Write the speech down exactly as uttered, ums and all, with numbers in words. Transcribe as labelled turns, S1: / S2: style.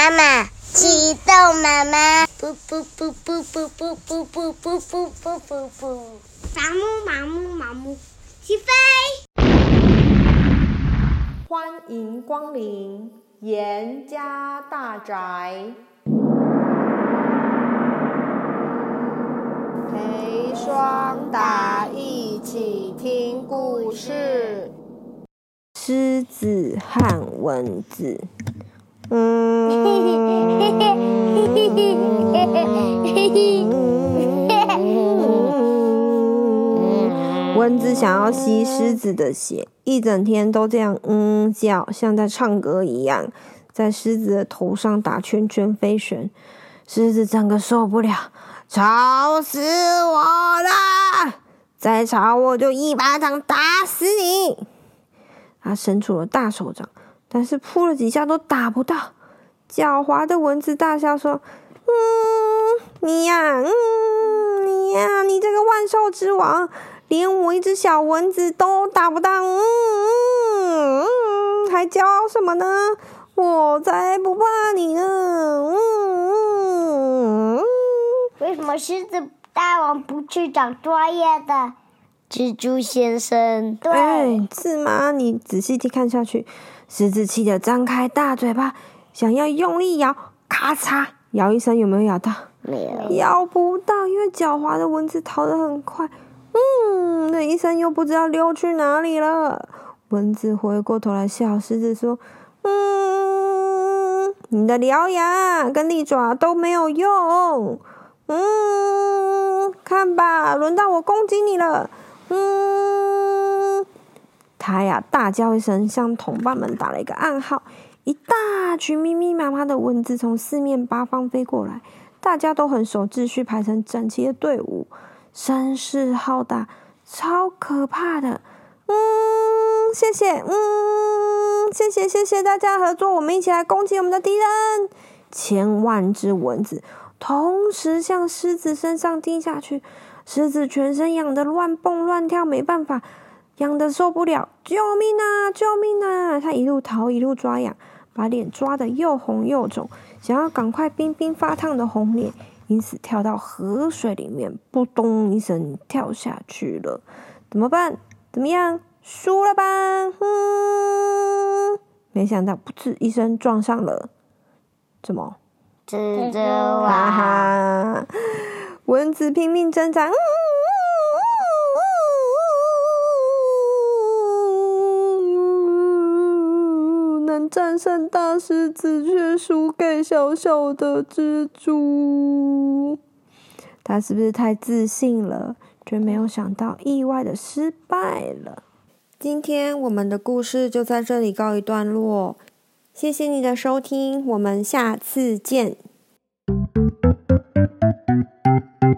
S1: 妈妈，启动妈妈，噗噗噗噗噗噗噗噗噗噗噗噗噗，麻木麻木麻木，起飞！
S2: 欢迎光临严家大宅，陪双打一起听故事。狮子和蚊子。嗯，蚊子想要吸狮子的血，一整天都这样嗯叫，像在唱歌一样，在狮子的头上打圈圈飞旋。狮子整个受不了，吵死我了！再吵我就一巴掌打死你！他伸出了大手掌，但是扑了几下都打不到。狡猾的蚊子大笑说：“嗯，你呀，嗯，你呀，你这个万兽之王，连我一只小蚊子都打不到，嗯嗯嗯，还骄傲什么呢？我才不怕你呢！”嗯嗯嗯。
S1: 为什么狮子大王不去找专业的蜘蛛先生？对，
S2: 哎，是吗？你仔细地看下去，狮子气得张开大嘴巴，想要用力咬，咔嚓，咬一声，有没有咬到？
S1: 没有，
S2: 咬不到，因为狡猾的蚊子逃得很快。嗯，那一声又不知道溜去哪里了。蚊子回过头来笑狮子说：“嗯，你的獠牙跟利爪都没有用。嗯，看吧，轮到我攻击你了。嗯。”他呀大叫一声，向同伴们打了一个暗号。一大群密密麻麻的蚊子从四面八方飞过来，大家都很守秩序，排成整齐的队伍，声势浩大，超可怕的。嗯，谢谢，嗯，谢谢谢谢大家合作，我们一起来攻击我们的敌人。千万只蚊子同时向狮子身上滴下去，狮子全身痒得乱蹦乱跳，没办法，痒得受不了，救命啊救命啊！他一路逃一路抓痒，把脸抓得又红又肿，想要赶快冰冰发烫的红脸，因此跳到河水里面，扑通一声跳下去了。怎么办？怎么样？输了吧？嗯，没想到噗嗤一声撞上了什么？
S1: 蜘蛛
S2: 哈
S1: 王，
S2: 哈！蚊子拼命挣扎，嗯能战胜大狮子，却输给小小的蜘蛛。他是不是太自信了，却没有想到意外的失败了？今天我们的故事就在这里告一段落，谢谢你的收听，我们下次见。